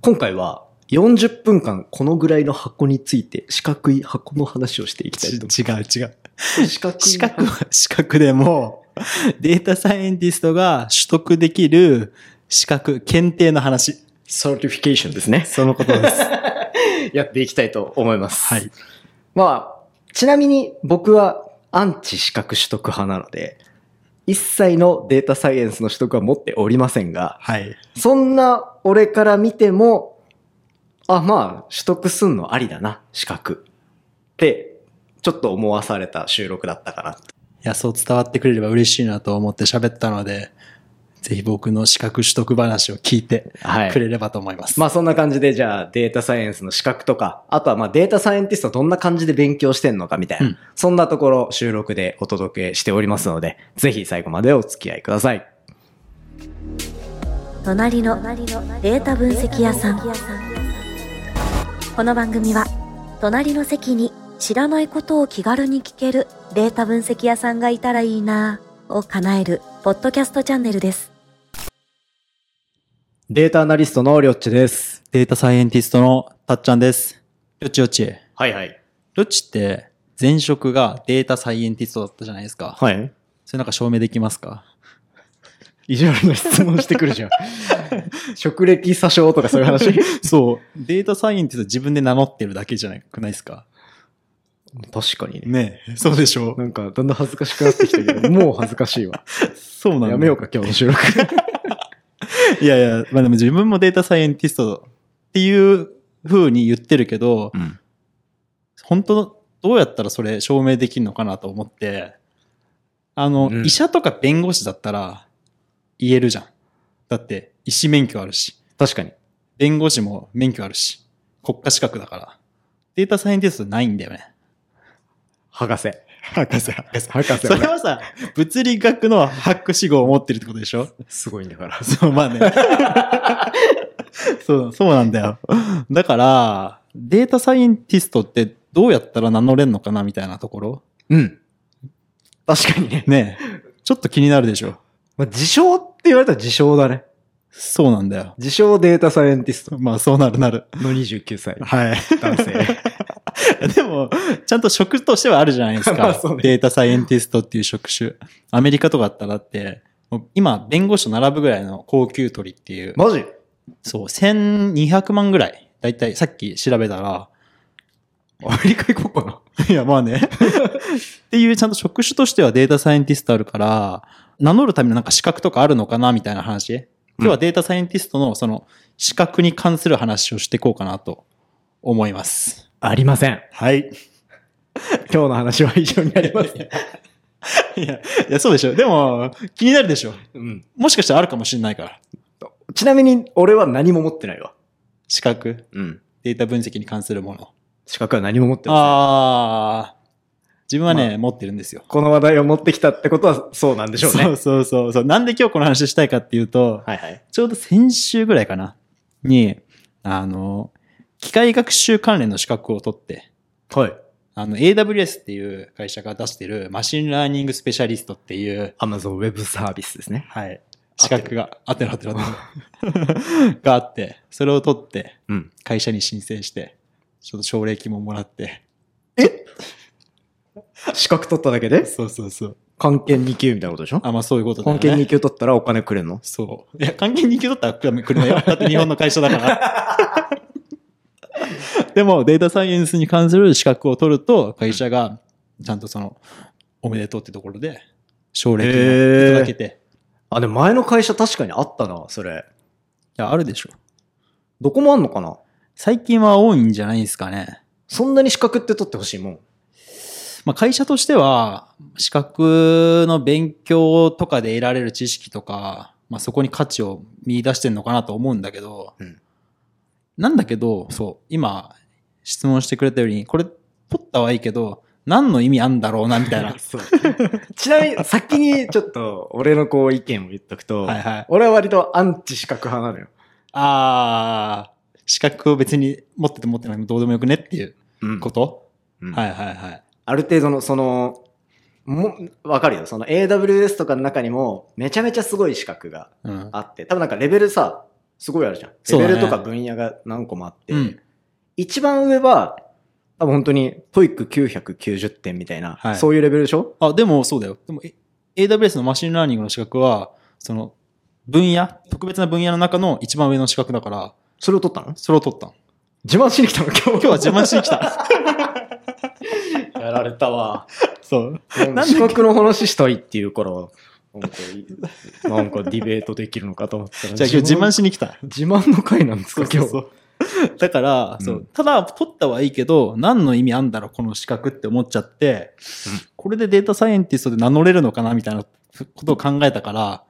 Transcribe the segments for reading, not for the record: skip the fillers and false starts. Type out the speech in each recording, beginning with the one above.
今回は40分間このぐらいの箱について四角い箱の話をしていきたいと思います。 違う。 四角は四角でも、データサイエンティストが取得できる資格、検定の話。 サーティフィケーションですね。 そのことです。 やっていきたいと思います。 はい。 まあ、ちなみに僕はアンチ資格取得派なので、一切のデータサイエンスの取得は持っておりませんが、 はい。 そんな俺から見ても、まあ、取得すんのありだな、資格。って、ちょっと思わされた収録だったかな。 いや、そう伝わってくれれば嬉しいなと思って喋ったので、ぜひ僕の資格取得話を聞いてくれればと思います。 まあそんな感じで、じゃあデータサイエンスの資格とか、あとはまあデータサイエンティストどんな感じで勉強してんのかみたいな、そんなところ収録でお届けしておりますので、ぜひ最後までお付き合いください。 隣のデータ分析屋さん。この番組は隣の席に知らないことを気軽に聞けるデータ分析屋さんがいたらいいなを叶えるポッドキャストチャンネルです。 データアナリストのりょっちです。 データサイエンティストのたっちゃんです。りょっち。 はいはい。 りょっちって前職がデータサイエンティストだったじゃないですか。 はい。 それなんか証明できますか？ 意地悪な質問してくるじゃん。職歴詐称とかそういう話？ そう。データサイエンティスト自分で名乗ってるだけじゃなくないですか？ 確かにね。 ねえ、そうでしょう。 なんかだんだん恥ずかしくなってきたけど、もう恥ずかしいわ。 そうなんだ。 やめようか、今日の収録。 いや、まあでも自分もデータサイエンティストっていう風に言ってるけど、本当どうやったらそれ証明できるのかなと思って、医者とか弁護士だったら言えるじゃん。だって医師免許あるし。 確かに。 弁護士も免許あるし。国家資格だから。データサイエンティストないんだよね。 博士。 それはさ、物理学の博士号を持ってるってことでしょ？ すごいんだから。 そう、まあね。そうなんだよ。だから、データサイエンティストってどうやったら名乗れんのかなみたいなところ？ 確かにね。 ねえ。ちょっと気になるでしょ。 まあ、自称って言われたら自称だね。 そうなんだよ。 自称データサイエンティスト。 まあそうなる。 の29歳。 はい。 男性。 でも、ちゃんと職としてはあるじゃないですか。 まあそうね、 データサイエンティストっていう職種。アメリカとかだったらって、もう今、弁護士と並ぶぐらいの高級取りっていう。 マジ？ そう、1200万ぐらい。だいたいさっき調べたら。 アメリカ行こうかな。 いや、まあね。っていうちゃんと職種としてはデータサイエンティストあるから、名乗るためのなんか資格とかあるのかなみたいな話。今日はデータサイエンティストのその資格に関する話をしていこうかなと思います。 ありません。 はい。 今日の話は以上になります。 いや、そうでしょ。でも、気になるでしょ。もしかしたらあるかもしれないから。 ちなみに、俺は何も持ってないわ。 資格？データ分析に関するもの。 資格は何も持ってません。 自分はね、持ってるんですよ。 この話題を持ってきたってことはそうなんでしょうね。 そう。なんで今日この話したいかっていうと、ちょうど先週ぐらいかな。に、機械学習関連の資格を取って、AWS っていう会社が出してるマシンラーニングスペシャリストっていう Amazon Web サービスですね。 はい。資格が、合ってる。があって、それを取って、会社に申請して、ちょっと奨励金ももらって。 資格取っただけで？ そう。 漢検2級みたいなことでしょ？ まあそういうことだよね。 漢検2級取ったらお金くれんの？ そう。いや、漢検2級取ったらくれないよ。だって日本の会社だから。でも、データサイエンスに関する資格を取ると、会社が、ちゃんとおめでとうってところで、奨励金をいただけて。 でも前の会社確かにあったな、それ。 いや、あるでしょ。 どこもあんのかな？ 最近は多いんじゃないですかね。 そんなに資格って取ってほしいもん。 まあ、会社としては、資格の勉強とかで得られる知識とか、まあ、そこに価値を見出してんのかなと思うんだけど、なんだけど、そう、今、質問してくれたように、これ取ったはいいけど、何の意味あんだろうな、みたいな。 ちなみに、先にちょっと、俺の意見を言っとくと、俺は割とアンチ資格派なのよ。 資格を別に持ってて持ってないもどうでもよくねっていうこと、はい。 ある程度のわかるよ。AWS とかの中にもめちゃめちゃすごい資格があって、多分なんかレベルさ、 すごいあるじゃん。 そうだねレベルとか分野が何個もあって、 うん一番上は、多分本当に TOEIC990 点みたいな、 はいそういうレベルでしょ？ あ、でもそうだよ。でも、AWS のマシンラーニングの資格は、その、特別な分野の中の一番上の資格だから、 それを取ったの？ それを取ったの。 自慢しに来たの今日。 今日は自慢しに来た。 やられたわ。 そう。 資格の話したいっていうから、なんかディベートできるのかと思ったら。 じゃあ今日自慢しに来た。 自慢の回なんですか今日。 そうだから、 うんそう、ただ取ったはいいけど、何の意味あんだろう、この資格って思っちゃって、これでデータサイエンティストで名乗れるのかなみたいなことを考えたから、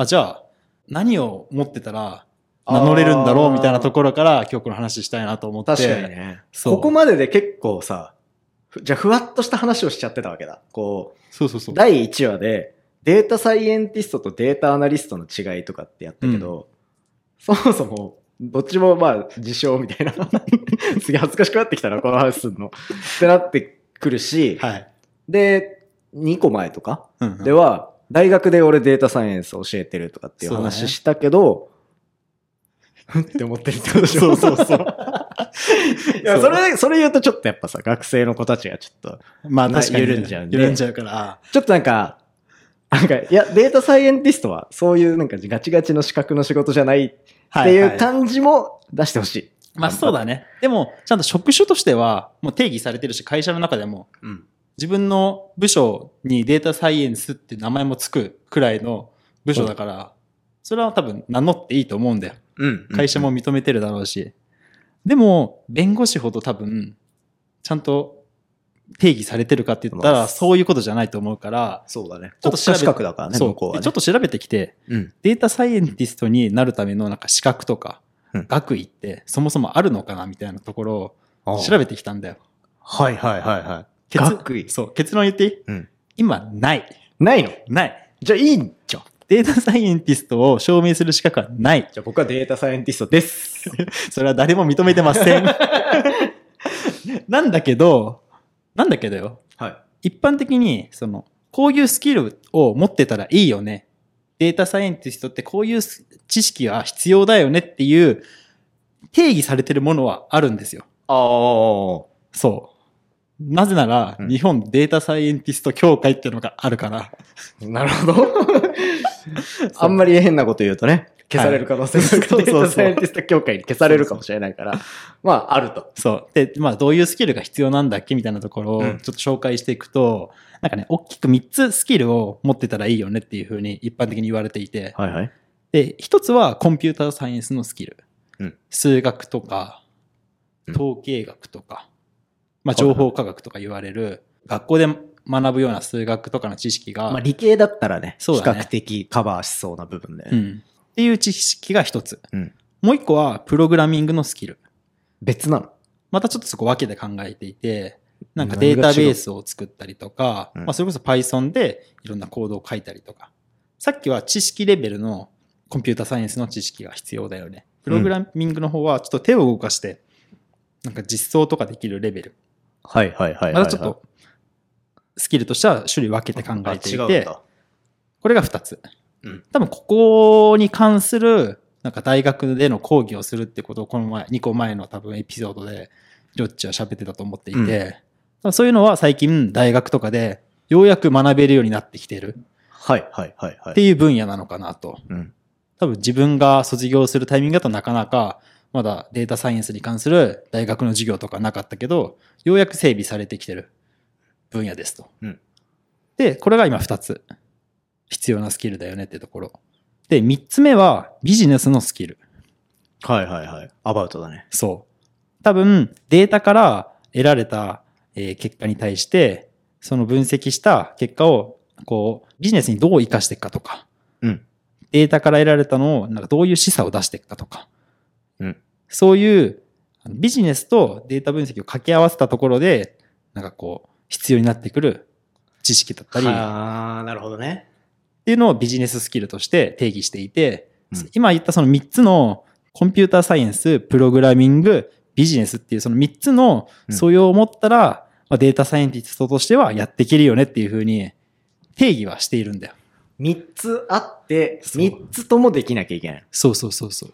じゃあ、何を持ってたら名乗れるんだろうみたいなところから今日この話したいなと思って。 確かにね。 そうここまでで結構さ、じゃあふわっとした話をしちゃってたわけだ。こう、 そうそうそう。 第1話でデータサイエンティストとデータアナリストの違いとかってやったけど、そもそもどっちもまあ自称みたいな。すげえ恥ずかしくなってきたな、この話すんの。ってなってくるし、 はい。 で、2個前とかうんうんでは、大学で俺データサイエンスを教えてるとかっていうそうだね話したけど、って思ってるってことでしょ？ そうそうそう。 いや、それ言うとちょっとやっぱさ、学生の子たちがちょっと、 まあ確かに緩んじゃうんで緩んじゃうから。 ちょっとなんか、いや、データサイエンティストは、そういうなんかガチガチの資格の仕事じゃないっていう感じも出してほしい。 まあそうだね。でも、ちゃんと職種としては、もう定義されてるし、会社の中でも、 うん。 自分の部署にデータサイエンスって名前もつくくらいの部署だから、それは多分名乗っていいと思うんだよ。 うん。 会社も認めてるだろうし。でも、弁護士ほど多分、ちゃんと定義されてるかって言ったら、 まあそういうことじゃないと思うから、 そうだね。 ちょっと調べ国家資格だからね、 そう向こうはね。 でちょっと調べてきて、 うん。 データサイエンティストになるためのなんか資格とか、 うん学位ってそもそもあるのかなみたいなところを調べてきたんだよ。 はいはいはいはい。 結学位。 そう、結論言っていい？ うん。 今、ない。 ないの？ ない。 じゃあいいんじゃん。 データサイエンティストを証明する資格はない。 じゃあ僕はデータサイエンティストです。 それは誰も認めてません。なんだけどよ。 はい。 一般的に、こういうスキルを持ってたらいいよね。データサイエンティストってこういう知識は必要だよねっていう定義されてるものはあるんですよ。 ああ。 そう。なぜなら、 うん日本データサイエンティスト協会っていうのがあるから。 なるほど。あんまり変なこと言うとね、消される可能性があるから、 はいデータサイエンティスト協会に消されるかもしれないから、まあ、あると。 そう。で、まあ、どういうスキルが必要なんだっけみたいなところをちょっと紹介していくと、なんかね、大きく3つスキルを持ってたらいいよねっていうふうに一般的に言われていて、 はいはい。 で、一つはコンピューターサイエンスのスキル。 うん数学とか、 うん統計学とか、まあ、情報科学とか言われる、学校で学ぶような数学とかの知識が、 まあ、理系だったらね、比そうだね較的カバーしそうな部分で、ねうん。っていう知識が一つ。 うんもう一個は、プログラミングのスキル。 別なの。 またちょっとそこ分けて考えていて、なんかデータベースを作ったりとか、 うんまあそれこそ Python でいろんなコードを書いたりとか。さっきは知識レベルのコンピューターサイエンスの知識が必要だよね。プログラミングの方はちょっと手を動かして、なんか実装とかできるレベル。 はいはいはいはい。 またちょっとスキルとしては種類分けて考えていて、 違うんだ。 これが2つ。 うん多分ここに関するなんか大学での講義をするってことをこの前、2個前の多分エピソードでジョッチは喋ってたと思っていて、そういうのは最近大学とかでようやく学べるようになってきてるはいはいはいはい。 っていう分野なのかなと。 うん。 多分自分が卒業するタイミングだとなかなかまだデータサイエンスに関する大学の授業とかなかったけど、ようやく整備されてきてる分野ですと。 うんで、これが今2つ必要なスキルだよねってところ。で、3つ目はビジネスのスキル。 はいはいはい。アバウトだね。 そう。多分データから得られた結果に対して、その分析した結果をこうビジネスにどう活かしていくかとか、 うん。 データから得られたのをなんかどういう示唆を出していくかとか、 うん。 そういうビジネスとデータ分析を掛け合わせたところで、なんかこう必要になってくる知識だったり、 ああ、なるほどね。 っていうのをビジネススキルとして定義していて、 うん今言ったその3つのコンピューターサイエンス、プログラミング、ビジネスっていうその3つの素養を持ったら、まあ、データサイエンティストとしてはやっていけるよねっていうふうに定義はしているんだよ。 3つあって、 そう 3つともできなきゃいけない。 そうそうそうそう。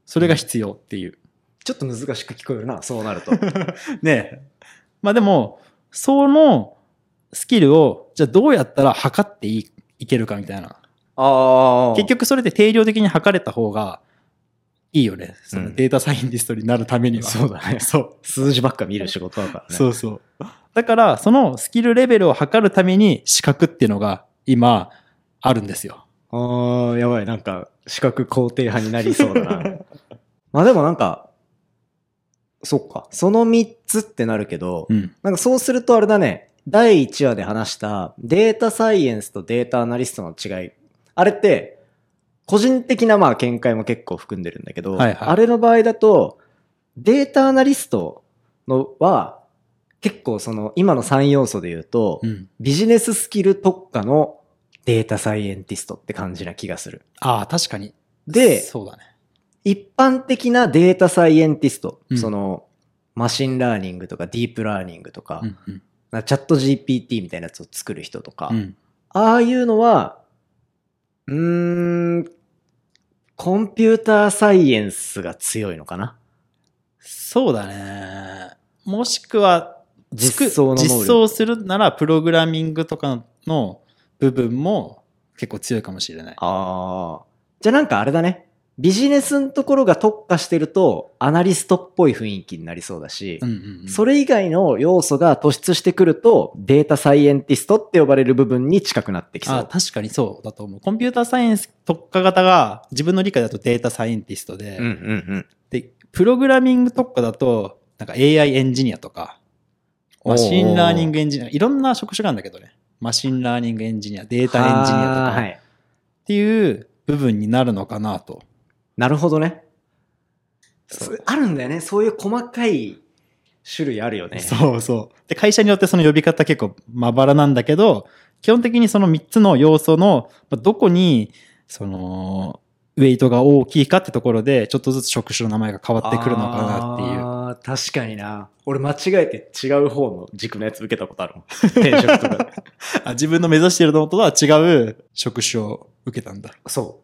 それが必要っていう。 ちょっと難しく聞こえるな、そうなると。 ねえ。まあでも、そのスキルを、じゃあどうやったら測っていけるかみたいな。結局それで定量的に測れた方がいいよね。そのデータサイエンティストになるためには。 そうだね。 そう。 数字ばっか見る仕事だからね。 そうそう。だから、そのスキルレベルを測るために資格っていうのが今あるんですよ。 やばい。なんか、資格肯定派になりそうだな。まあでもなんか、そっか。その3つってなるけど、なんかそうするとあれだね。第1話で話したデータサイエンスとデータアナリストの違い。あれって、個人的なまあ見解も結構含んでるんだけど、あれの場合だと、データアナリストのは、結構その今の3要素で言うと、ビジネススキル特化のデータサイエンティストって感じな気がする。 ああ、確かに。 で、 そうだね。 一般的なデータサイエンティスト、そのマシンラーニングとかディープラーニングとか、チャット GPT みたいなやつを作る人とか、ああいうのは、コンピューターサイエンスが強いのかな。 そうだね。もしくは、 実装するなら、プログラミングとかの部分も結構強いかもしれない。 じゃあなんかあれだね。ビジネスのところが特化してると、アナリストっぽい雰囲気になりそうだし、それ以外の要素が突出してくると、データサイエンティストって呼ばれる部分に近くなってきそう。 確かにそうだと思う。コンピューターサイエンス特化型が自分の理解だとデータサイエンティストで、で、プログラミング特化だと、なんか AI エンジニアとか、マシンラーニングエンジニア、いろんな職種があるんだけどね。マシンラーニングエンジニア、データエンジニアとか、っていう部分になるのかなと。 なるほどね。あるんだよね。そういう細かい種類あるよね。 そうそう。で、会社によってその呼び方結構まばらなんだけど、基本的にその3つの要素のどこに、その、ウェイトが大きいかってところで、ちょっとずつ職種の名前が変わってくるのかなっていう。 確かにな。俺間違えて違う方の軸のやつ受けたことあるもん。転職とか自分の目指してるのとは違う職種を受けたんだ。 そう。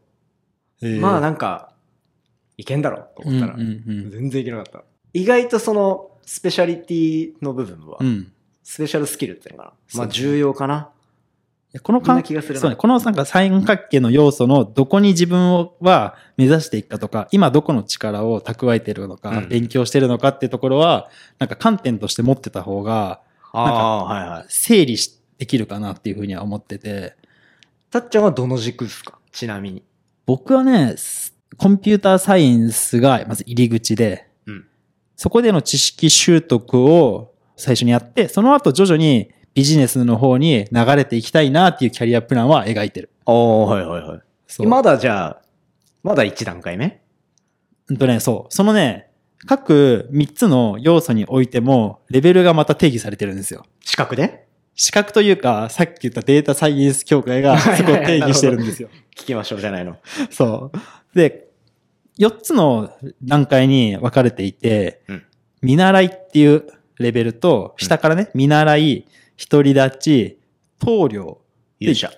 まあなんか、いけんだろうと思ったら、全然いけなかった。意外とその、スペシャリティの部分は、スペシャルスキルっていうのかな。まあ重要かな。 この気がするな。 そうね、このなんか三角形の要素のどこに自分は目指していくかとか、今どこの力を蓄えているのか、勉強しているのかっていうところは、なんか観点として持ってた方が、なんか整理できるかなっていうふうには思ってて。 たっちゃんはどの軸ですか？ちなみに。 僕はね、コンピューターサイエンスがまず入り口で、そこでの知識習得を最初にやって、その後徐々にビジネスの方に流れていきたいなっていうキャリアプランは描いてる。まだじゃあ、まだ1段階目？そう。そのね、各3つの要素においても、レベルがまた定義されてるんですよ。 資格で？ 資格というか、さっき言ったデータサイエンス協会がそこを定義してるんですよ。 聞きましょうじゃないの。 そう。で、4つの段階に分かれていて、見習いっていうレベルと、下からね、見習い、独り立ち、棟梁。 勇者。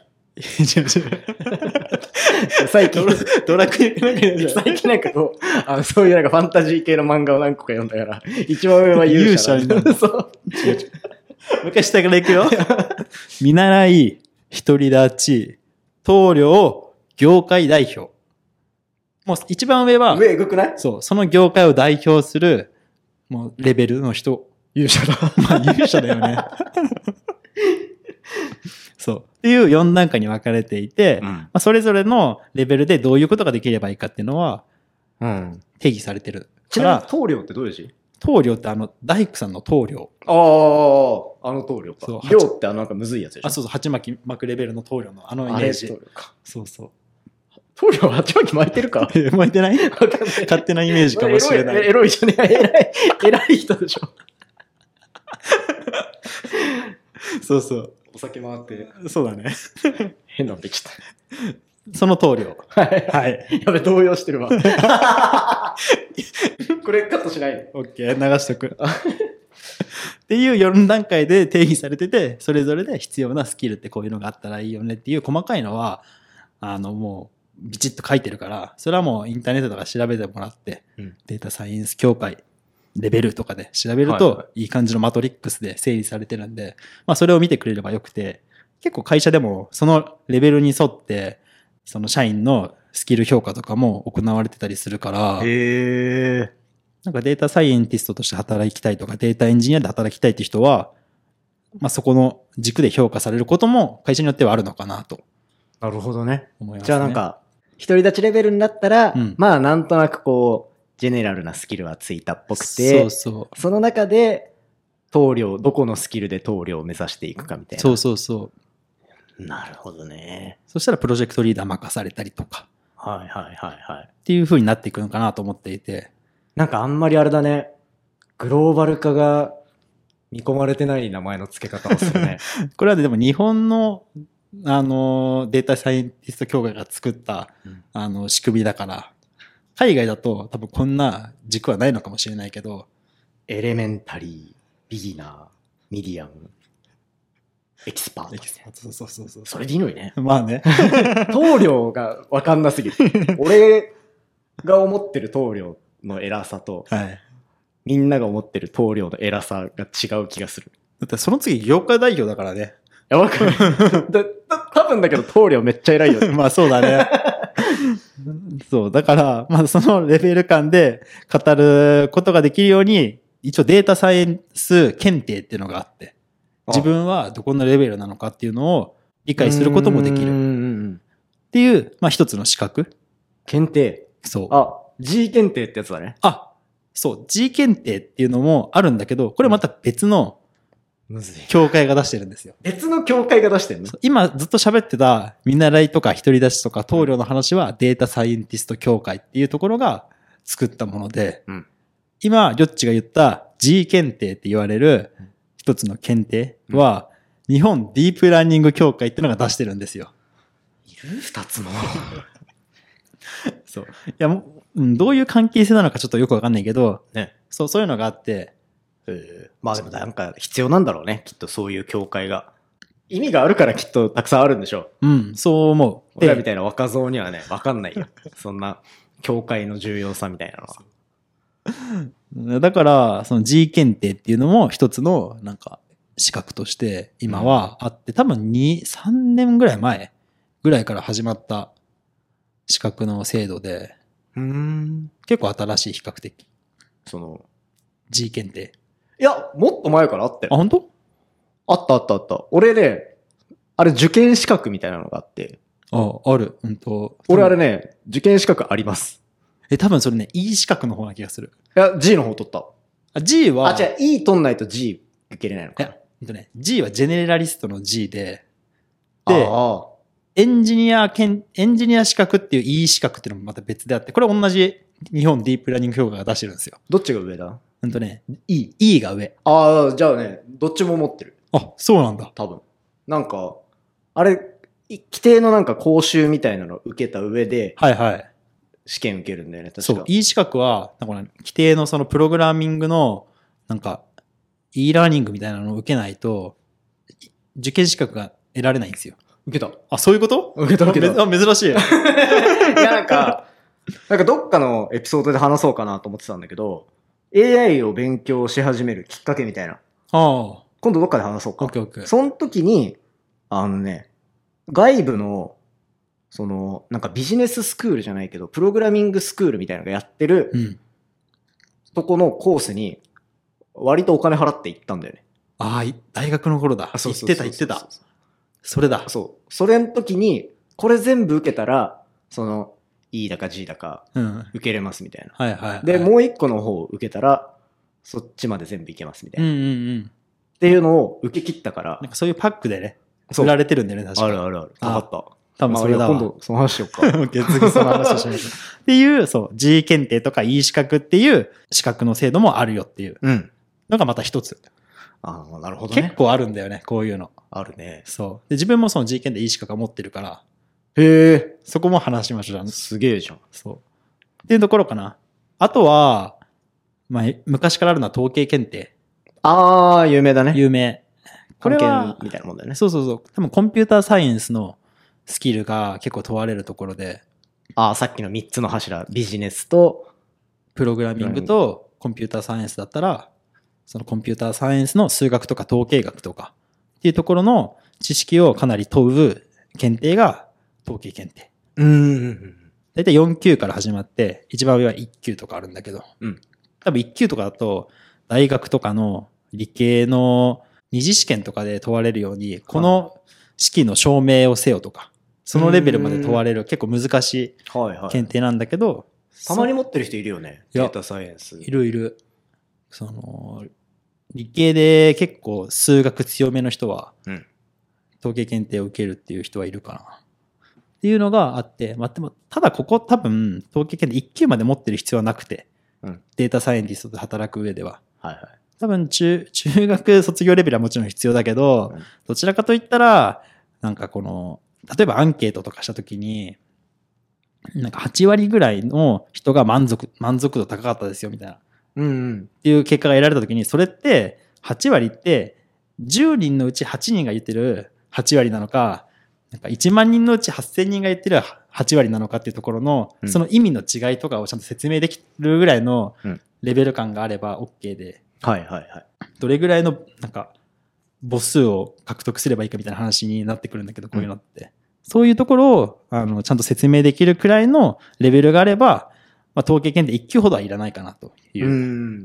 最近、ドラクエ最近なんかこう、そういうなんかファンタジー系の漫画を何個か読んだから、一番上は勇者になる。そう。 もう一回下から行くよ。見習い、独り立ち、棟梁、業界代表。もう一番上は、 上えぐくない？ そう、その業界を代表する、もうレベルの人。 勇者だ。 まあ勇者だよね。そう。っていう4段階に分かれていて、まあ、それぞれのレベルでどういうことができればいいかっていうのは、定義されてる。 ちなみに棟梁ってどういう字？ 棟梁って大工さんの棟梁。 あの棟梁か。梁ってなんかむずいやつでしょ？ そうそう、鉢巻くレベルの棟梁のイメージ。そうそう。 棟梁は鉢巻き巻いてるか？ 巻いてない？勝手なイメージかもしれない。 エロいじゃねえ。偉い人でしょ。 そうそう。 お酒回って。 そうだね。 変なのできた。 その棟梁。 はい。やべ、動揺してるわ。これカットしないの？ OK、流しとく。っていう4段階で定義されてて、それぞれで必要なスキルってこういうのがあったらいいよねっていう細かいのは、もうビチッと書いてるから、それはもうインターネットとか調べてもらって、データサイエンス協会レベルとかで調べると、いい感じのマトリックスで整理されてるんで、まあそれを見てくれればよくて、結構会社でもそのレベルに沿って、その社員のスキル評価とかも行われてたりするから、なんかデータサイエンティストとして働きたいとか、データエンジニアで働きたいって人は、まあそこの軸で評価されることも会社によってはあるのかなと。 なるほどね。 思いますね。 じゃあなんか、独り立ちレベルになったら、 うん、 まあなんとなくこう、ジェネラルなスキルはついたっぽくて、その中で、棟梁、どこのスキルで棟梁を目指していくかみたいな。 そうなるほどね。 そしたらプロジェクトリーダー任されたりとか。 はい。 っていう風になっていくのかなと思っていて。 なんかあんまりあれだね。グローバル化が見込まれてない名前の付け方をするね。 これはでも日本の、データサイエンティスト協会が作った、仕組みだから、海外だと多分こんな軸はないのかもしれないけど、 エレメンタリー、ビギナー、ミディアム、エキスパート。 そう。 それでいいのにね。 まあね。 棟梁が分かんなすぎる。俺が思ってる棟梁の偉さと、 はい、 みんなが思ってる棟梁の偉さが違う気がする。 だってその次業界代表だからね。 いや、わかる。多分だけど棟梁めっちゃ偉いよね。 まあそうだね。そう。だから、まあそのレベル感で語ることができるように、一応データサイエンス検定っていうのがあって、自分はどこのレベルなのかっていうのを理解することもできる。っていう、まあ一つの資格。 検定。 そう。 あ、G 検定ってやつだね。 あ、そう。G 検定っていうのもあるんだけど、これまた別の協会が出してるんですよ。 別の協会が出してるの？ 今ずっと喋ってた見習いとか独り立ちとか棟梁の話はデータサイエンティスト協会っていうところが作ったもので、今、りょっちが言った G 検定って言われる一つの検定は、日本ディープラーニング協会っていうのが出してるんですよ。 いる？二つも。 そう。いや、どういう関係性なのかちょっとよくわかんないけど、 ね。 そういうのがあって、 まあでもなんか必要なんだろうね。きっとそういう協会が。意味があるからきっとたくさんあるんでしょう。そう思う。 俺らみたいな若造にはね、わかんないよ。そんな協会の重要さみたいなのは。だから、その G 検定っていうのも一つのなんか資格として今はあって、多分3年ぐらい前ぐらいから始まった資格の制度で、結構新しい比較的。 その G 検定。 いや、もっと前からあったよ。 あ、本当？ あった。俺ね、あれ受験資格みたいなのがあって。 ある。 俺あれね、受験資格あります。 多分それね、E 資格の方な気がする。 いや、G の方取った。 G は。 違う、E 取んないと G 受けれないのかな。 G はジェネラリストの G で、エンジニア資格っていう E 資格っていうのもまた別であって、これ同じ日本ディープラーニング協会が出してるんですよ。 どっちが上だ ？E が上。 じゃあね、どっちも持ってる。 あ、そうなんだ。 多分。なんか、あれ、規定のなんか講習みたいなのを受けた上で、試験受けるんだよね、確か。 そう、E 資格は、なんか規定のそのプログラミングの、なんか、E ラーニングみたいなのを受けないと、受験資格が得られないんですよ。 受けた。 あ、そういうこと？ 受けた。 珍しい。いや、なんかどっかのエピソードで話そうかなと思ってたんだけど、AI を勉強し始めるきっかけみたいな。今度どっかで話そうか。その時に、外部の、なんかビジネススクールじゃないけど、プログラミングスクールみたいなのがやってる、とこのコースに、割とお金払って行ったんだよね。 大学の頃だ。言ってた。それだ。 そう。それの時に、これ全部受けたら、E だか G だか、受けれますみたいな。で、もう一個の方を受けたら、そっちまで全部いけますみたいな。っていうのを受け切ったから。 なんかそういうパックでね、売られてるんだよね、確かに。 ある。なかった。 多分それだわ。 今度その話しようか。 次その話をしましょう。っていう、G 検定とか E 資格っていう資格の制度もあるよっていう。のがまた一つ。 なるほどね。 結構あるんだよね、こういうの。 あるね。 そう。で、自分もその G 検定 E 資格を持ってるから。 へえ。 そこも話しましょう。 すげえじゃん。 そう。っていうところかな。あとは、昔からあるのは統計検定。 有名だね。 有名。 これは、みたいなもんだよね。 そう。多分コンピューターサイエンスのスキルが結構問われるところで。 さっきの3つの柱、ビジネスと、 プログラミングとコンピューターサイエンスだったら、そのコンピューターサイエンスの数学とか統計学とかっていうところの知識をかなり問う検定が統計検定。だいたい4級から始まって、一番上は1級とかあるんだけど、多分1級とかだと、大学とかの理系の二次試験とかで問われるように、この式の証明をせよとか、そのレベルまで問われる結構難しい検定なんだけど、 たまに持ってる人いるよね。データサイエンス。 いる。理系で結構数学強めの人は、統計検定を受けるっていう人はいるかな。っていうのがあって、でも、ただここ多分、統計検定1級まで持ってる必要はなくて、データサイエンティストで働く上では。多分中学卒業レベルはもちろん必要だけど、どちらかといったら、なんか例えばアンケートとかしたときに、なんか8割ぐらいの人が満足度高かったですよみたいな。っていう結果が得られたときに、それって8割って10人のうち8人が言ってる8割なのか、なんか1万人のうち8000人が言ってる8割なのかっていうところの、その意味の違いとかをちゃんと説明できるぐらいのレベル感があれば OK で、どれぐらいのなんか母数を獲得すればいいかみたいな話になってくるんだけど、こういうのって。そういうところをちゃんと説明できるくらいのレベルがあれば、統計検定1級ほどはいらないかなという。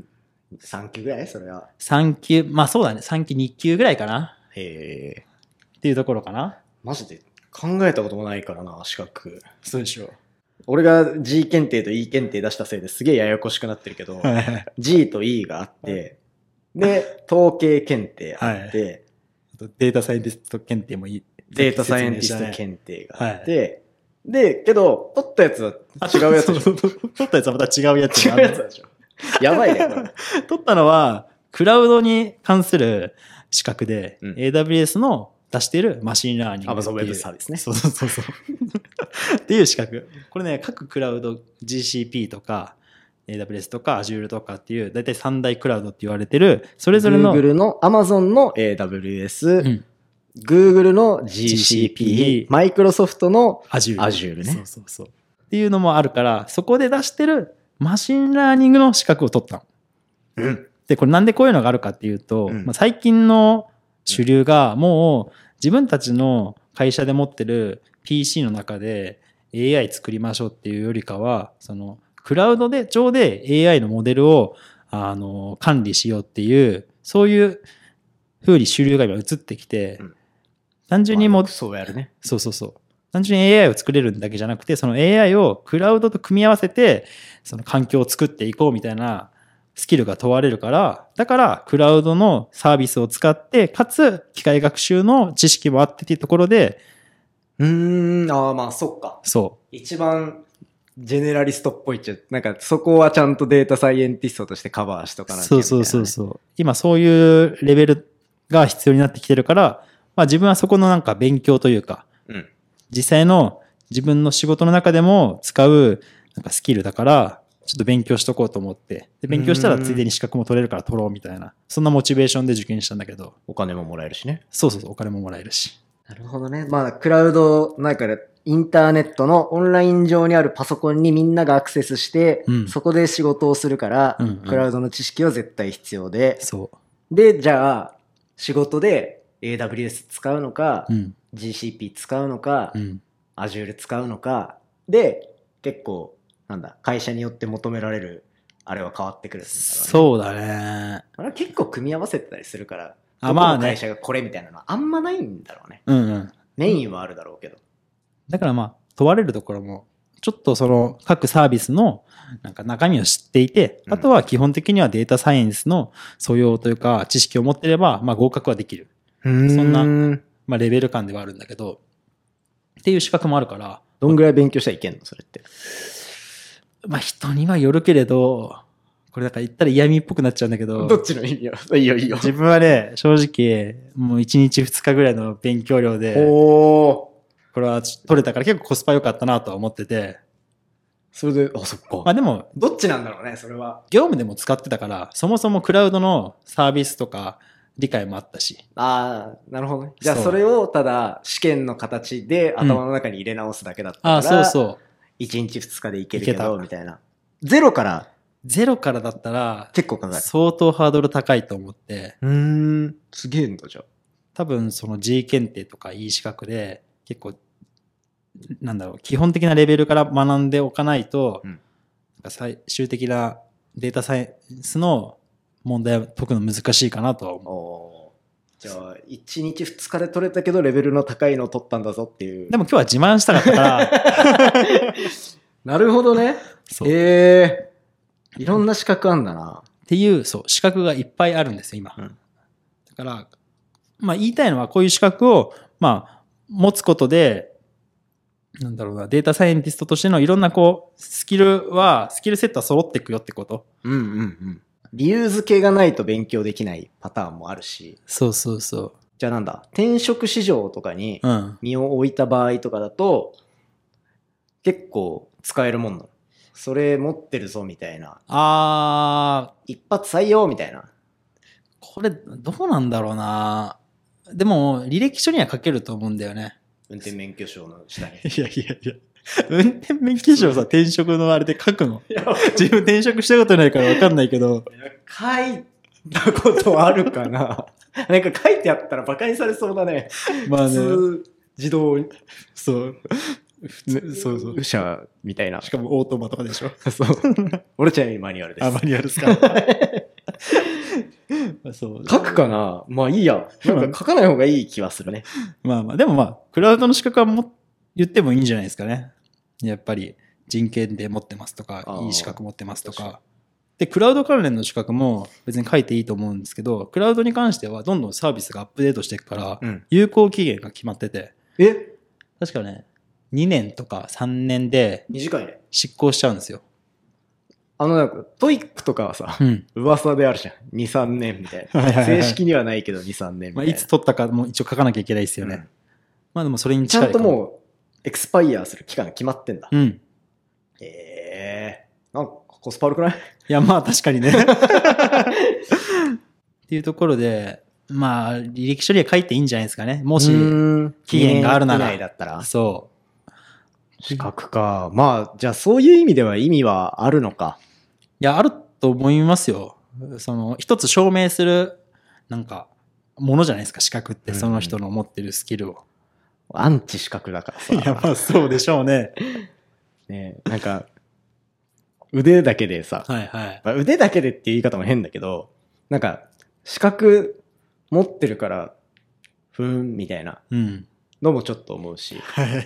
3級ぐらいそれは。 3級、そうだね。3級、2級ぐらいかな。っていうところかな。 マジで考えたこともないからな、資格。 そうでしょう。 俺が G 検定と E 検定出したせいですげえややこしくなってるけど、G と E があって、で、統計検定あって、 データサイエンティスト検定もいい。 データサイエンティスト検定があって、で、けど、取ったやつは違うやつでしょ。 取ったやつはまた違うやつ。 違うやつでしょ。やばいね、これ。 取ったのは、クラウドに関する資格で、AWS の出しているマシンラーニング。 Amazon Web Service ね。 そう。っていう資格。これね、各クラウド GCP とか、AWS とか Azure とかっていう、だいたい3大クラウドって言われてる、それぞれの。 Google の Amazon の AWS、Google の GCP、Microsoft の Azure ね。 そう。っていうのもあるから、そこで出してるマシンラーニングの資格を取ったの。で、これなんでこういうのがあるかっていうと、最近の主流がもう自分たちの会社で持ってる PC の中で AI 作りましょうっていうよりかは、クラウド上で AI のモデルを管理しようっていう、そういう風に主流が今移ってきて、単純にそうやるね。 そう。単純に AI を作れるだけじゃなくて、その AI をクラウドと組み合わせて、その環境を作っていこうみたいなスキルが問われるから、だからクラウドのサービスを使って、かつ機械学習の知識もあってっていうところで、 そっか。 そう。 一番ジェネラリストっぽいっちゃ、なんかそこはちゃんとデータサイエンティストとしてカバーしとかなきゃみたいな、ね。 そう。今そういうレベルが必要になってきてるから、自分はそこのなんか勉強というか、実際の自分の仕事の中でも使うなんかスキルだから、ちょっと勉強しとこうと思って、で勉強したらついでに資格も取れるから取ろうみたいな、そんなモチベーションで受験したんだけど。 お金ももらえるしね。 そう、お金ももらえるし。 なるほどね。クラウド、なんかインターネットのオンライン上にあるパソコンにみんながアクセスして、そこで仕事をするから、クラウドの知識は絶対必要で。で、じゃあ、仕事で AWS 使うのか、GCP 使うのか、Azure 使うのか、で、結構、会社によって求められる、あれは変わってくるんだろうね。 そうだね。 あれ結構組み合わせてたりするから、どこの会社がこれみたいなのはあんまないんだろうね。メインはあるだろうけど。 だから問われるところも、ちょっとその各サービスのなんか中身を知っていて、あとは基本的にはデータサイエンスの素養というか知識を持っていれば、合格はできる。そんな、レベル感ではあるんだけど、っていう資格もあるから。 どんぐらい勉強したらいけんのそれって。 人にはよるけれど、これだから言ったら嫌味っぽくなっちゃうんだけど。 どっちの意味よ。いいよ。 自分はね、正直、もう1日2日ぐらいの勉強量で、これは取れたから結構コスパ良かったなとは思ってて。 それで、そっか。 でも、 どっちなんだろうね、それは。 業務でも使ってたから、そもそもクラウドのサービスとか理解もあったし。 なるほどね。じゃあそれをただ試験の形で頭の中に入れ直すだけだったから。 1日2日で行けるけ行けたど、みたいな。ゼロから 0からだったら、 結構かかる。 相当ハードル高いと思って、 すげえんだ、じゃあ。 多分その G 検定とか E 資格で、結構、なんだろう、基本的なレベルから学んでおかないと、 うんなんか最終的なデータサイエンスの問題を解くの難しいかなとは思う。 おーじゃあ、1日2日で取れたけど、レベルの高いのを取ったんだぞっていう。 でも今日は自慢したかったから、 なるほどね。 そういろんな資格あんだな。 っていう、そう、資格がいっぱいあるんですよ、今。 うんだから、まあ言いたいのはこういう資格を、まあ、持つことで、なんだろうな、データサイエンティストとしてのいろんなこう、スキルセットは揃っていくよってこと。 理由付けがないと勉強できないパターンもあるし。 そうそうそじゃあなんだ、転職市場とかにう。うん。 身を置いた場合とかだと、結構使えるもんなの。それ持ってるぞみたいな。一発採用みたいな。 これ、どうなんだろうな。でも、履歴書には書けると思うんだよね。 運転免許証の下に。 いやいやいや。運転免許証さ、転職のあれで書くの。自分転職したことないから分かんないけど。 書いたことあるかななんか書いてあったら馬鹿にされそうだね。 まあね。 普通、自動、 そう。そうそう。 車みたいな。 しかもオートマとかでしょ。 そう。俺ちなみにマニュアルです。 マニュアルですか。そう書くかなまあいいや。なんか書かない方がいい気はするね。 まあ、でもクラウドの資格は言ってもいいんじゃないですかね。やっぱり人権で持ってますとか、いい資格持ってますとか。で、クラウド関連の資格も別に書いていいと思うんですけど、クラウドに関してはどんどんサービスがアップデートしていくから、有効期限が決まってて。確かね、2年とか3年で短いね。 執行しちゃうんですよ。 なんか、トイックとかはさ、噂であるじゃん。2、3年みたいな。正式にはないけど2、3年みたいな。 いつ取ったかも一応書かなきゃいけないですよね。まあでもそれに近い。 ちゃんともう、エクスパイアする期間が決まってんだ。なんかコスパ悪くない？ いや、まあ確かにね。っていうところで、まあ、履歴書には書いていいんじゃないですかね。もし、期限があるなら。 2年以内だったら。 そう。 資格か。まあ、じゃあそういう意味では意味はあるのか。 いや、あると思いますよ。一つ証明する、なんか、ものじゃないですか、資格って。その人の持ってるスキルを。 アンチ資格だからさ。 いや、まあそうでしょうね。 ねなんか、腕だけでさ、腕だけでっていう言い方も変だけど、なんか、資格持ってるから、みたいなのもちょっと思うし。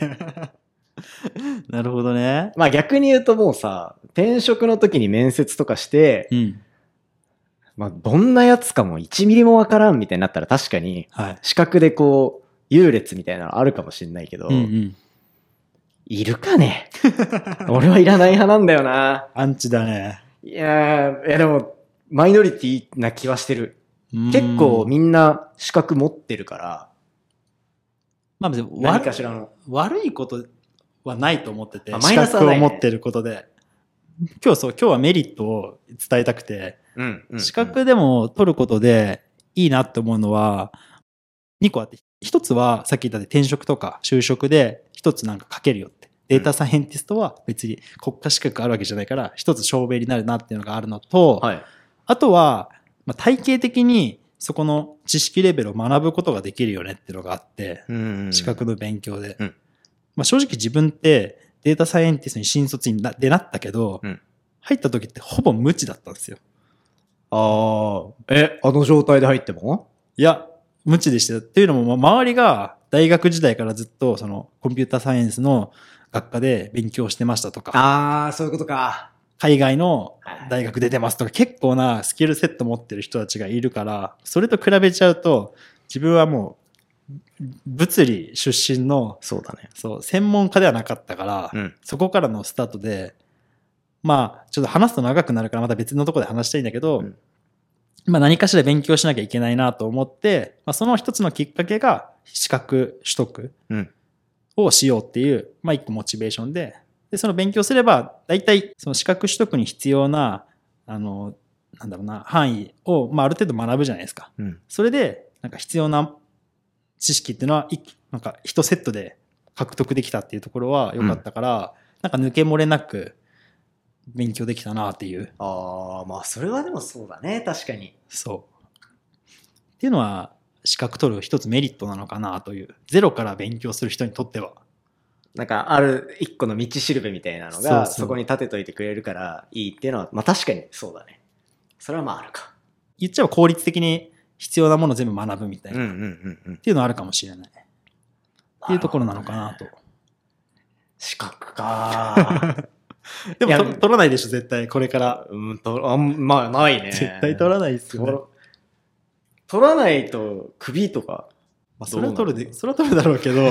なるほどね。 まあ逆に言うともうさ、転職の時に面接とかして、まあどんなやつかも1ミリもわからんみたいになったら確かに、資格でこう、優劣みたいなのあるかもしれないけど、いるかね俺はいらない派なんだよな。 アンチだね。 いやでも、マイノリティな気はしてる。結構みんな資格持ってるから、 まあ別に何かしらの悪いことはないと思ってて、 資格を持ってることで。今日はメリットを伝えたくて、資格でも取ることでいいなって思うのは、2個あって、1つはさっき言った転職とか就職で1つなんか書けるよって。データサイエンティストは別に国家資格あるわけじゃないから、1つ証明になるなっていうのがあるのと、あとは、体系的にそこの知識レベルを学ぶことができるよねっていうのがあって、資格の勉強で。正直自分ってデータサイエンティストに新卒になったけど、入った時ってほぼ無知だったんですよ。 あの状態で入っても？ いや、無知でした。っていうのも、周りが大学時代からずっとそのコンピュータサイエンスの学科で勉強してましたとか。 そういうことか。 海外の大学出てますとか、結構なスキルセット持ってる人たちがいるから、それと比べちゃうと、自分はもう、物理出身の、 そうだね。 専門家ではなかったから、そこからのスタートで、ちょっと話すと長くなるからまた別のところで話したいんだけど、何かしら勉強しなきゃいけないなと思って、その一つのきっかけが資格取得をしようっていう、一個モチベーションで、その勉強すれば、大体その資格取得に必要な、範囲を、ある程度学ぶじゃないですか。それで、必要な知識っていうのは、1セットで獲得できたっていうところは良かったから、 なんか抜け漏れなく勉強できたなっていう。 ああ、まあそれはでもそうだね、確かに。 そう。っていうのは資格取る一つメリットなのかなという。ゼロから勉強する人にとっては。 なんかある一個の道しるべみたいなのがそこに立てといてくれるからいいっていうのは、まあ確かにそうだね。それはまああるか。 言っちゃえば効率的に必要なものを全部学ぶみたいな。っていうのはあるかもしれない。っていうところなのかなと。 資格か。 でも取らないでしょ、絶対、これから。 まあないね。 絶対取らないっすよね。 取らないと首とか。 まあ、それは取るだろうけど。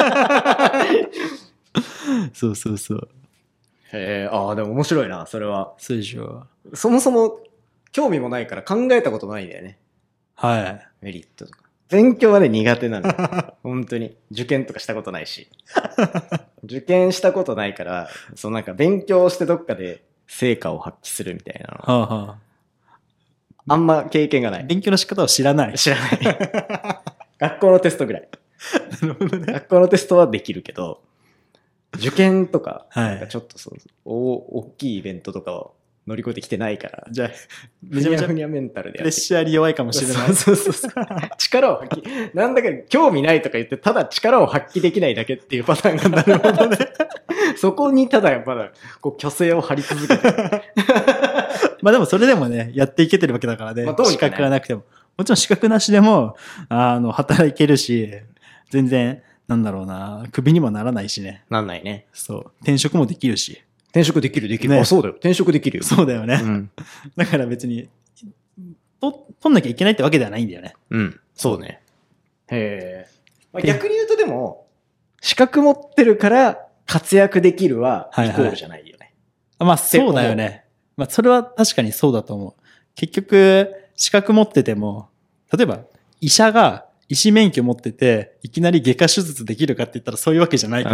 そうそうそう。 へえ、ああ、でも面白いな、それは。 そうでしょ。 そもそも興味もないから考えたことないんだよね。 はい。 メリットとか。勉強はね、苦手なの。本当に。受験とかしたことないし。受験したことないから、なんか勉強してどっかで成果を発揮するみたいなの。 はあはあ、 あんま経験がない。 勉強の仕方を知らない。 知らない。学校のテストぐらい。 なるほどね。 学校のテストはできるけど、受験とか、 はい、 なんかちょっと大きいイベントとかを乗り越えてきてないから。 じゃあ、めちゃめちゃふにゃメンタルでプレッシャーに弱いかもしれない。 そう。力を発揮。なんだか興味ないとか言って、ただ力を発揮できないだけっていうパターンが。なるほどね。そこにただまだ、虚勢を張り続けて。 まあでもそれでもね、やっていけてるわけだからね。まあ、資格がなくても。もちろん資格なしでも、働けるし、全然、なんだろうな、クビにもならないしね。 なんないね。 そう。転職もできるし。 転職できる。ね、あ、そうだよ。転職できるよ。 そうだよね。うん、だから別に、取んなきゃいけないってわけではないんだよね。 うん。そうね。へえ。まあ、逆に言うとでも、資格持ってるから活躍できるはイコールじゃないよね。 まあそうだよね。まあそれは確かにそうだと思う。結局、資格持ってても、例えば医者が医師免許持ってて、いきなり外科手術できるかって言ったらそういうわけじゃないから、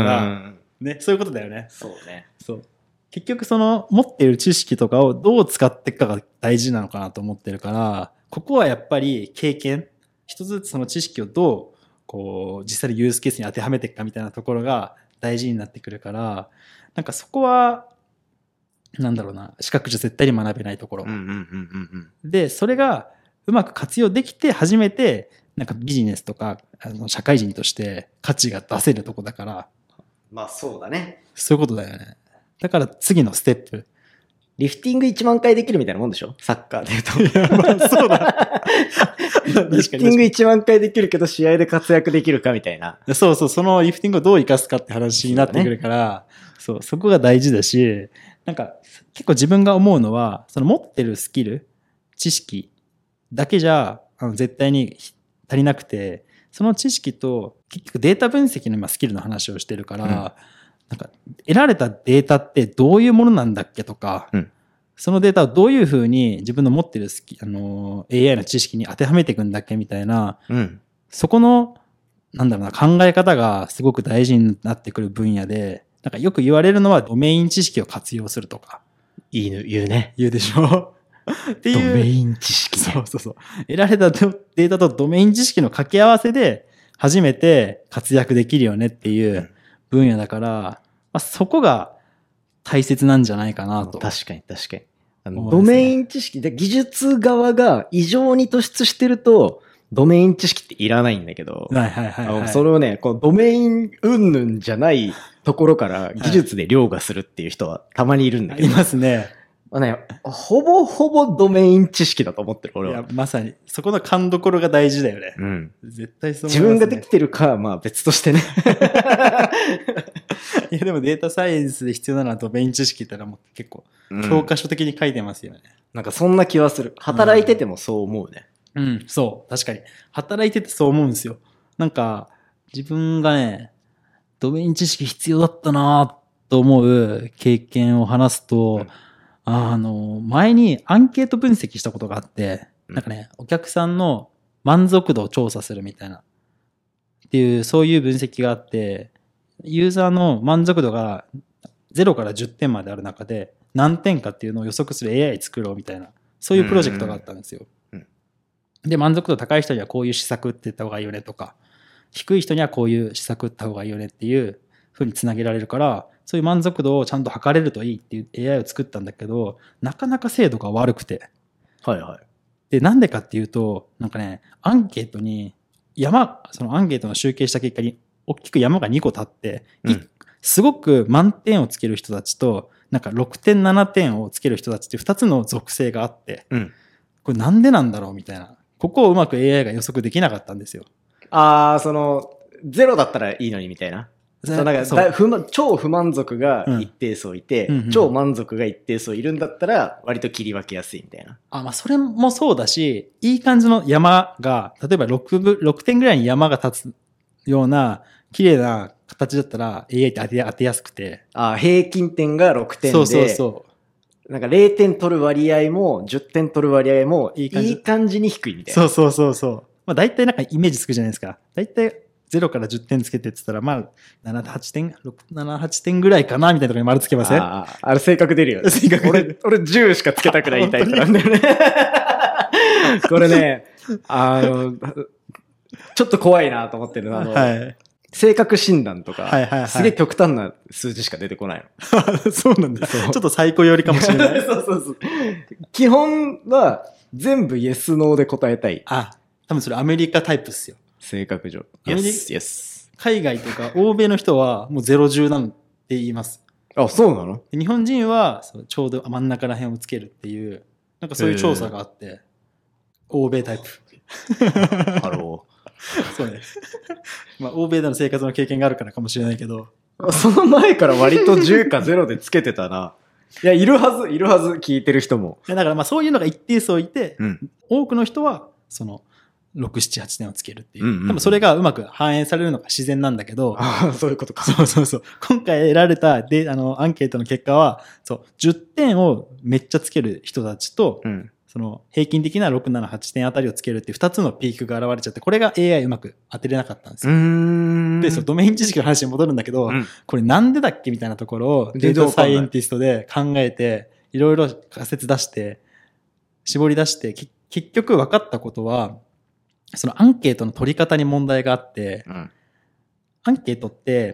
ね、そういうことだよね。 そうね。 そう。結局持っている知識とかをどう使っていくかが大事なのかなと思ってるから、ここはやっぱり経験、一つずつその知識をどう、実際にユースケースに当てはめていくかみたいなところが大事になってくるから、なんかそこは、なんだろうな、資格じゃ絶対に学べないところ。で、それがうまく活用できて初めて、なんかビジネスとか、社会人として価値が出せるとこだから。 まあそうだね。 そういうことだよね。だから次のステップ。 リフティング1万回できるみたいなもんでしょ、サッカーで言うと。いや、 まあそうだ。 リフティング1万回できるけど試合で活躍できるかみたいな。 そうそう、そのリフティングをどう活かすかって話になってくるから、そう、そこが大事だし、なんか結構自分が思うのは、その持ってるスキル、知識だけじゃ絶対に足りなくて、その知識と結局データ分析の今スキルの話をしてるから、なんか得られたデータってどういうものなんだっけとか、そのデータをどういうふうに自分の持ってるAI の知識に当てはめていくんだっけみたいな、そこのなんだろうな、考え方がすごく大事になってくる分野で、なんかよく言われるのはドメイン知識を活用するとか。 言うね。 言うでしょっていう。 ドメイン知識、ね。 そう。得られたデータとドメイン知識の掛け合わせで初めて活躍できるよねっていう分野だから、まあ、そこが大切なんじゃないかなと。 確かに。ドメイン知識で技術側が異常に突出してると、ドメイン知識っていらないんだけど、それをね、このドメイン云々じゃないところから技術で凌駕するっていう人はたまにいるんだけど。 いますね。 ほぼドメイン知識だと思ってる、俺は。いや、 まさに。そこの勘どころが大事だよね。絶対そう思いますね。 自分ができてるかはまあ別としてね。 いや、でもデータサイエンスで必要なのはドメイン知識ってのはもう結構、教科書的に書いてますよね。 なんかそんな気はする。働いててもそう思うね。 そう。確かに。働いててそう思うんですよ。なんか、自分がね、ドメイン知識必要だったなと思う経験を話すと、前にアンケート分析したことがあって、なんかね、お客さんの満足度を調査するみたいな、っていう、そういう分析があって、ユーザーの満足度が0から10点まである中で、何点かっていうのを予測する AI 作ろうみたいな、そういうプロジェクトがあったんですよ。で、満足度高い人にはこういう施策打っていった方がいいよねとか、低い人にはこういう施策打った方がいいよねっていう風につなげられるから、 そういう満足度をちゃんと測れるといいっていう AI を作ったんだけど、なかなか精度が悪くて。 はいはい。 で、なんでかっていうと、なんかね、アンケートにそのアンケートの集計した結果に大きく山が2個立って、すごく満点をつける人たちと、なんか6点7点をつける人たちって2つの属性があって、これなんでなんだろうみたいな。ここをうまく AI が予測できなかったんですよ。 ゼロだったらいいのにみたいな。超不満足が一定数いて、超満足が一定数いるんだったら、割と切り分けやすいみたいな。 まあ、それもそうだし、いい感じの山が、例えば6点ぐらいに山が立つような、綺麗な形だったら AI って当てやすくて。 平均点が6点で。なんか0点取る割合も、10点取る割合も、いい感じに低いみたいな。 そう。まあ、大体なんかイメージつくじゃないですか。大体、0から10点つけてって言ったら、まあ、7、8点ぐらいかなみたいなところに丸つけません？ あれ性格出るよね。俺10しかつけたくないタイプなんだよね。これね、ちょっと怖いなと思ってる性格診断とか、すげえ極端な数字しか出てこないの。そうなんだ。ちょっと最高寄りかもしれない。 そう。基本は全部イエスノーで答えたい。 多分それアメリカタイプっすよ。 性格上。Yes。 海外とか欧米の人はもう0、10なんて言います。 そうなの？ 日本人はちょうど真ん中ら辺をつけるっていう、なんかそういう調査があって、欧米タイプ。 ハロー。 そうね。まあ、欧米での生活の経験があるからかもしれないけど。 その前から割と10か0でつけてたな。いや、いるはず、聞いてる人も。 だからまあそういうのが一定数いて、多くの人は、6、7、8点をつけるっていう。多分それがうまく反映されるのが自然なんだけど。 そういうことか。 そう。今回得られたアンケートの結果は、10点をめっちゃつける人たちと、平均的な6、7、8点あたりをつけるっていう2つのピークが現れちゃって、これが AI うまく当てれなかったんですよ。で、ドメイン知識の話に戻るんだけど、これなんでだっけみたいなところをデータサイエンティストで考えて、いろいろ仮説出して、絞り出して、結局分かったことは、そのアンケートの取り方に問題があって、アンケートって、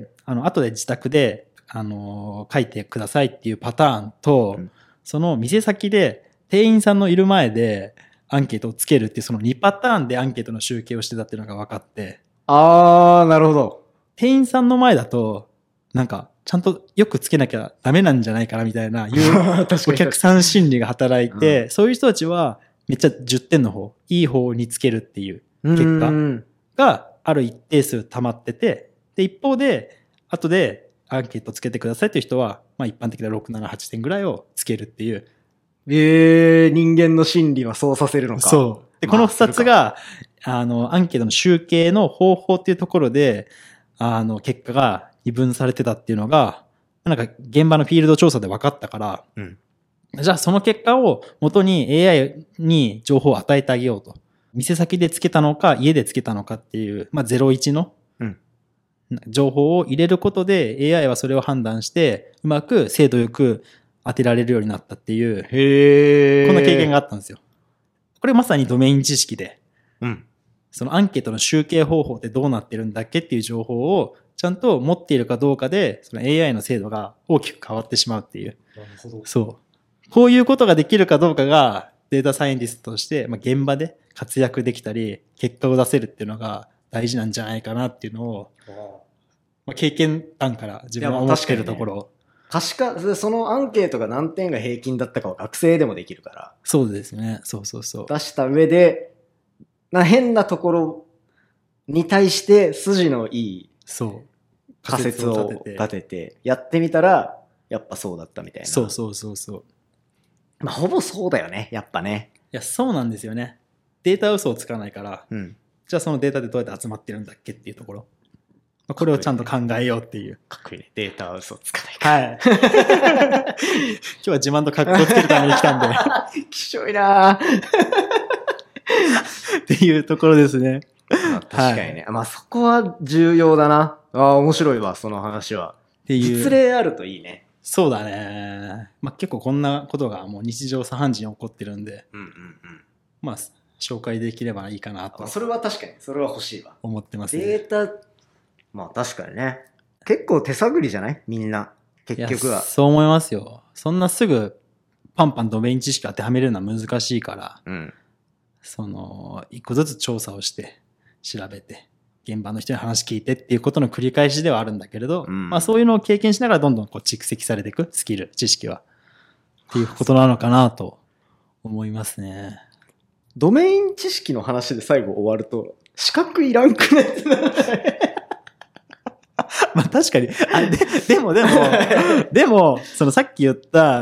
後で自宅で、書いてくださいっていうパターンと、その店先で、店員さんのいる前でアンケートをつけるっていうその2パターンでアンケートの集計をしてたっていうのが分かって。 なるほど。 店員さんの前だと、なんか、ちゃんとよくつけなきゃダメなんじゃないかなみたいな、お客さん心理が働いて、そういう人たちはめっちゃ10点の方、いい方につけるっていう結果がある一定数溜まってて、で、一方で、後でアンケートつけてくださいっていう人は、まあ一般的な6、7、8点ぐらいをつけるっていう、 人間の心理はそうさせるのか。 そう。で、この二つが、アンケートの集計の方法っていうところで、結果が二分されてたっていうのが、なんか現場のフィールド調査で分かったから、じゃあその結果を元に AI に情報を与えてあげようと。店先でつけたのか、家でつけたのかっていう、まあ01の情報を入れることで AI はそれを判断して、うまく精度よく当てられるようになったっていう、こんな経験があったんですよ。これまさにドメイン知識で、そのアンケートの集計方法ってどうなってるんだっけっていう情報をちゃんと持っているかどうかで、その AI の精度が大きく変わってしまうっていう。 なるほど。 そう。こういうことができるかどうかがデータサイエンティストとして、まあ、現場で活躍できたり、結果を出せるっていうのが大事なんじゃないかなっていうのを、まあ、経験談から自分は思ってるところ。 そのアンケートが何点が平均だったかは学生でもできるから。 そうですね。そう。 出した上で、変なところに対して筋のいい仮説を立てて、やってみたら、やっぱそうだったみたいな。 そう。 まあ、ほぼそうだよね、やっぱね。 いや、そうなんですよね。データ嘘をつかないから、じゃあそのデータでどうやって集まってるんだっけっていうところ。これをちゃんと考えようっていう。 かっこいいね。データは嘘つかないから。 はい。今日は自慢と格好つけるために来たんで。 きしょいなっていうところですね。 まあ、確かにね。まあそこは重要だな。面白いわ、その話は。っていう。実例あるといいね。 そうだね。まあ結構こんなことがもう日常茶飯事に起こってるんで。まあ紹介できればいいかなと。 それは確かに。それは欲しいわ。 思ってますね。 データ、まあ確かにね。結構手探りじゃないみんな。 結局は。 そう思いますよ。そんなすぐパンパンドメイン知識当てはめるのは難しいから、一個ずつ調査をして、調べて、現場の人に話聞いてっていうことの繰り返しではあるんだけれど、そういうのを経験しながらどんどん蓄積されていくスキル、知識は。っていうことなのかなと思いますね。 ドメイン知識の話で最後終わると、資格いらんくないまあ確かに。でも、さっき言った、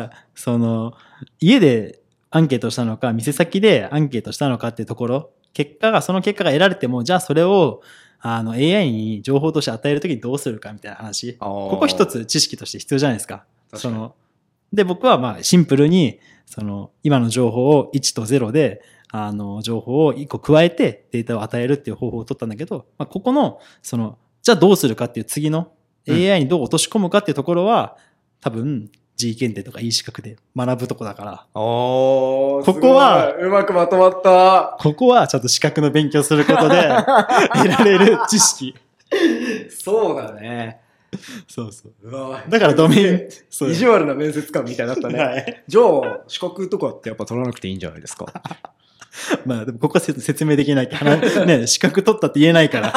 家でアンケートしたのか、店先でアンケートしたのかっていうところ、その結果が得られても、じゃあそれを、AI に情報として与えるときにどうするかみたいな話。ここ一つ知識として必要じゃないですか。で、僕はシンプルに、今の情報を1と0で、情報を1個加えてデータを与えるっていう方法を取ったんだけど、ここの、じゃあどうするかっていう次の AI にどう落とし込むかっていうところは、多分 G 検定とか E 資格で学ぶとこだから。 ここは、 うまくまとまった。 ここはちょっと資格の勉強することで得られる知識。 そうだね。 そう。だからドメイン、 意地悪な面接官みたいだったね。 はい、 じゃあ、資格とかってやっぱ取らなくていいんじゃないですか。 でもここは説明できないね、資格取ったって言えないから。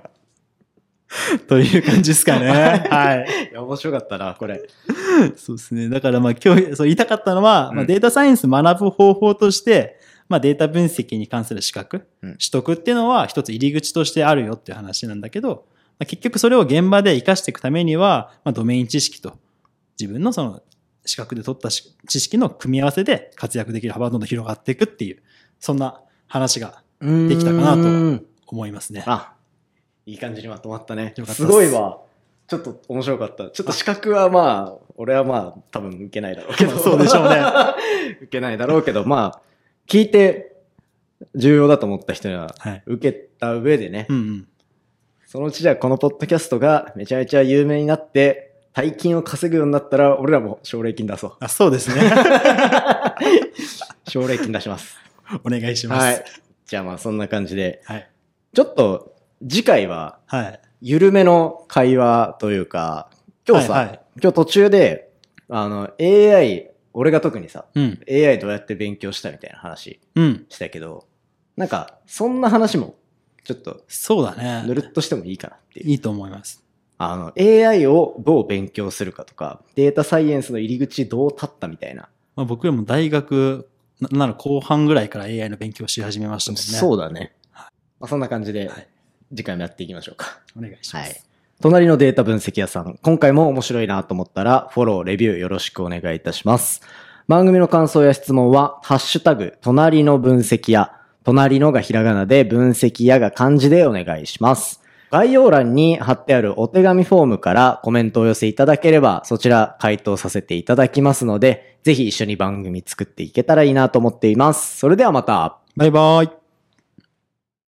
という感じですかね。はい。 いや、面白かったな、これ。 そうですね。だから今日言いたかったのは、データサイエンス学ぶ方法として、データ分析に関する資格、取得っていうのは一つ入り口としてあるよっていう話なんだけど、結局それを現場で活かしていくためには、ドメイン知識と自分の資格で取った知識の組み合わせで活躍できる幅がどんどん広がっていくっていう、そんな話ができたかなと思いますね。 いい感じにまとまったね。すごいわ。ちょっと面白かった。ちょっと資格は俺は多分受けないだろうけど。 そうでしょうね。 受けないだろうけど、聞いて重要だと思った人には、受けた上でね、そのうちじゃあこのポッドキャストがめちゃめちゃ有名になって、大金を稼ぐようになったら、俺らも奨励金出そう。 そうですね。 奨励金出します。 お願いします。 はい。じゃあそんな感じで、 はい、 ちょっと次回は、緩めの会話というか、今日途中で、AI、俺が特にさ、AI どうやって勉強したみたいな話したけど、なんか、そんな話も、ちょっと、 そうだね。 ぬるっとしてもいいかなっていう。 いいと思います。 AI をどう勉強するかとか、データサイエンスの入り口どう立ったみたいな。 僕らも大学なら後半ぐらいから AI の勉強し始めましたもんね。 そうだね。そんな感じで、次回もやっていきましょうか。 お願いします。 隣のデータ分析屋さん、今回も面白いなと思ったら、フォロー、レビューよろしくお願いいたします。番組の感想や質問は、ハッシュタグ、隣の分析屋、隣のがひらがなで分析屋が漢字でお願いします。概要欄に貼ってあるお手紙フォームからコメントを寄せいただければ、そちら回答させていただきますので、ぜひ一緒に番組作っていけたらいいなと思っています。それではまた。 バイバイ。